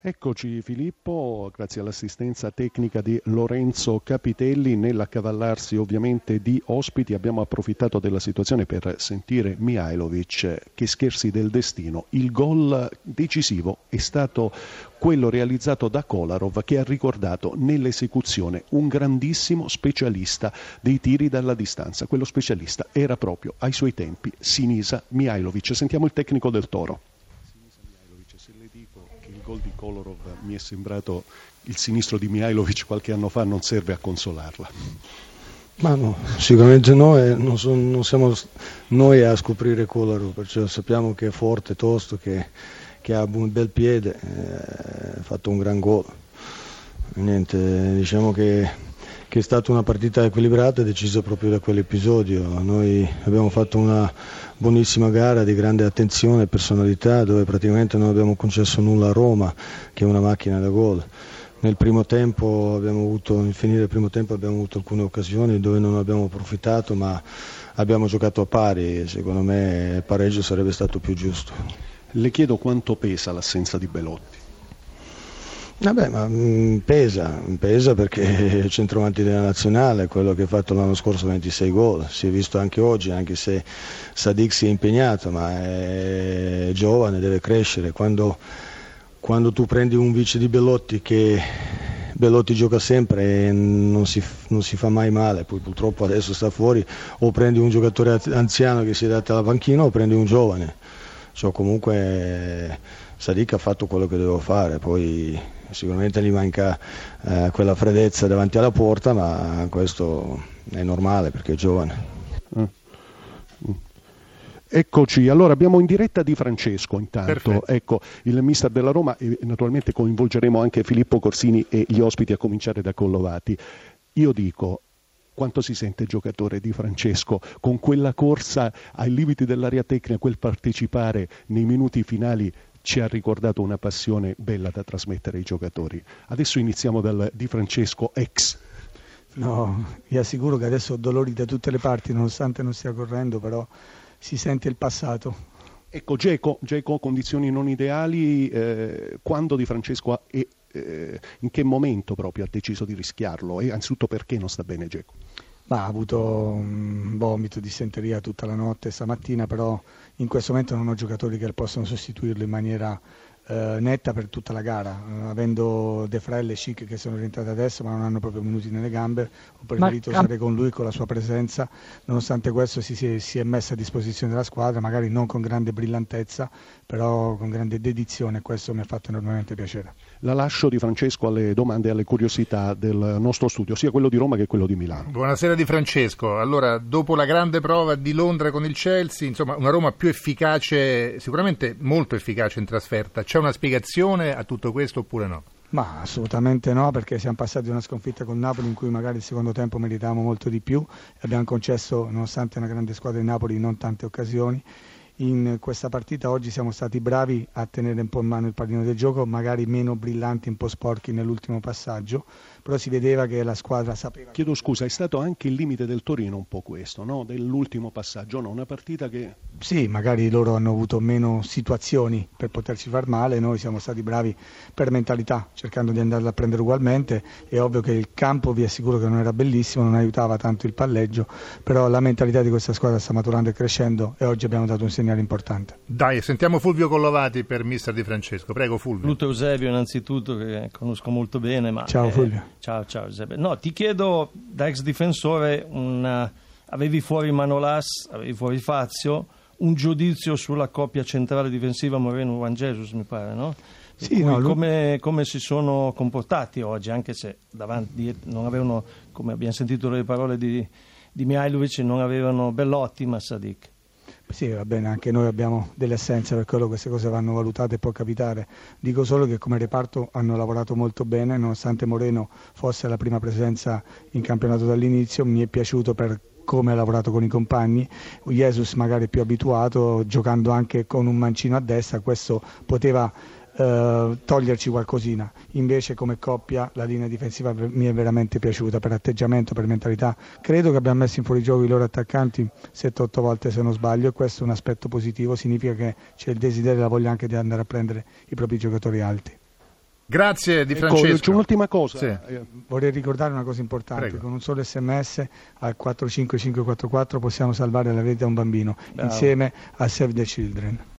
Eccoci Filippo, grazie all'assistenza tecnica di Lorenzo Capitelli. Nell'accavallarsi ovviamente di ospiti abbiamo approfittato della situazione per sentire Mihajlović. Che scherzi del destino, il gol decisivo è stato quello realizzato da Kolarov, che ha ricordato nell'esecuzione un grandissimo specialista dei tiri dalla distanza. Quello specialista era proprio ai suoi tempi Sinisa Mihajlović. Sentiamo il tecnico del Toro. Se le dico che il gol di Kolarov mi è sembrato il sinistro di Mihajlović qualche anno fa, non serve a consolarla. Ma no, sicuramente no, non siamo noi a scoprire Kolarov, perciò sappiamo che è forte, tosto, che ha un bel piede, ha fatto un gran gol. Niente, diciamo che è stata una partita equilibrata, decisa proprio da quell'episodio. Noi abbiamo fatto una buonissima gara di grande attenzione e personalità, dove praticamente non abbiamo concesso nulla a Roma, che è una macchina da gol. Nel primo tempo nel finire del primo tempo abbiamo avuto alcune occasioni dove non abbiamo approfittato, ma abbiamo giocato a pari. Secondo me il pareggio sarebbe stato più giusto. Le chiedo quanto pesa l'assenza di Belotti. Vabbè, ma pesa perché è il centravanti della nazionale, quello che ha fatto l'anno scorso 26 gol, si è visto anche oggi, anche se Sadik si è impegnato, ma è giovane, deve crescere. Quando tu prendi un vice di Belotti, che Belotti gioca sempre e non si fa mai male, poi purtroppo adesso sta fuori, o prendi un giocatore anziano che si è dato alla panchina o prendi un giovane. Cioè, comunque Sadik ha fatto quello che doveva fare, poi sicuramente gli manca quella freddezza davanti alla porta, ma questo è normale perché è giovane. Eccoci, allora abbiamo in diretta Di Francesco intanto. Perfetto. Ecco, il mister della Roma, e naturalmente coinvolgeremo anche Filippo Corsini e gli ospiti, a cominciare da Collovati. Io dico, quanto si sente giocatore Di Francesco con quella corsa ai limiti dell'area tecnica, quel partecipare nei minuti finali ci ha ricordato una passione bella da trasmettere ai giocatori. Adesso iniziamo dal Di Francesco ex. No, vi assicuro che adesso ho dolori da tutte le parti, nonostante non stia correndo, però si sente il passato. Ecco, Dzeko, condizioni non ideali, quando Di Francesco in che momento proprio ha deciso di rischiarlo, e anzitutto perché non sta bene Dzeko? Ha avuto un vomito, dissenteria tutta la notte stamattina, però in questo momento non ho giocatori che possono sostituirlo in maniera netta per tutta la gara, avendo De Frel e Schick che sono rientrati adesso ma non hanno proprio minuti nelle gambe, ho preferito usare con lui, con la sua presenza. Nonostante questo si è messo a disposizione della squadra, magari non con grande brillantezza, però con grande dedizione, e questo mi ha fatto enormemente piacere. La lascio Di Francesco alle domande e alle curiosità del nostro studio, sia quello di Roma che quello di Milano. Buonasera Di Francesco. Allora, dopo la grande prova di Londra con il Chelsea, insomma, una Roma più efficace, sicuramente molto efficace in trasferta. C'è una spiegazione a tutto questo oppure no? Ma assolutamente no, perché siamo passati da una sconfitta con Napoli in cui magari il secondo tempo meritavamo molto di più e abbiamo concesso, nonostante una grande squadra di Napoli, non tante occasioni. In questa partita oggi siamo stati bravi a tenere un po' in mano il pallino del gioco, magari meno brillanti, un po' sporchi nell'ultimo passaggio, però si vedeva che la squadra sapeva. Chiedo scusa, è stato anche il limite del Torino un po' questo, no? Dell'ultimo passaggio, no? Una partita che... Sì, magari loro hanno avuto meno situazioni per poterci far male, noi siamo stati bravi per mentalità, cercando di andarla a prendere ugualmente. È ovvio che il campo, vi assicuro che non era bellissimo, non aiutava tanto il palleggio, però la mentalità di questa squadra sta maturando e crescendo e oggi abbiamo dato un segnale importante. Dai, sentiamo Fulvio Collovati per mister Di Francesco. Prego Fulvio. Saluto Eusebio innanzitutto, che conosco molto bene. Ma ciao Fulvio. Ciao Eusebio. No, ti chiedo, da ex difensore, avevi fuori Manolas, avevi fuori Fazio, un giudizio sulla coppia centrale difensiva Moreno-Juan Jesus, mi pare, no? Sì, come si sono comportati oggi, anche se davanti non avevano, come abbiamo sentito le parole di Mihajlović, non avevano Belotti ma Sadik. Sì, va bene, anche noi abbiamo delle assenze, per quello queste cose vanno valutate e può capitare. Dico solo che come reparto hanno lavorato molto bene, nonostante Moreno fosse la prima presenza in campionato dall'inizio, mi è piaciuto per come ha lavorato con i compagni. Jesus magari più abituato, giocando anche con un mancino a destra, questo poteva toglierci qualcosina. Invece come coppia la linea difensiva mi è veramente piaciuta, per atteggiamento, per mentalità. Credo che abbiamo messo in fuorigioco i loro attaccanti 7-8 volte se non sbaglio, e questo è un aspetto positivo, significa che c'è il desiderio e la voglia anche di andare a prendere i propri giocatori alti. Grazie Di Francesco. C'è un'ultima cosa. Sì. Vorrei ricordare una cosa importante: Prego. con un solo SMS al 45544 possiamo salvare la vita a un bambino, insieme a Save the Children.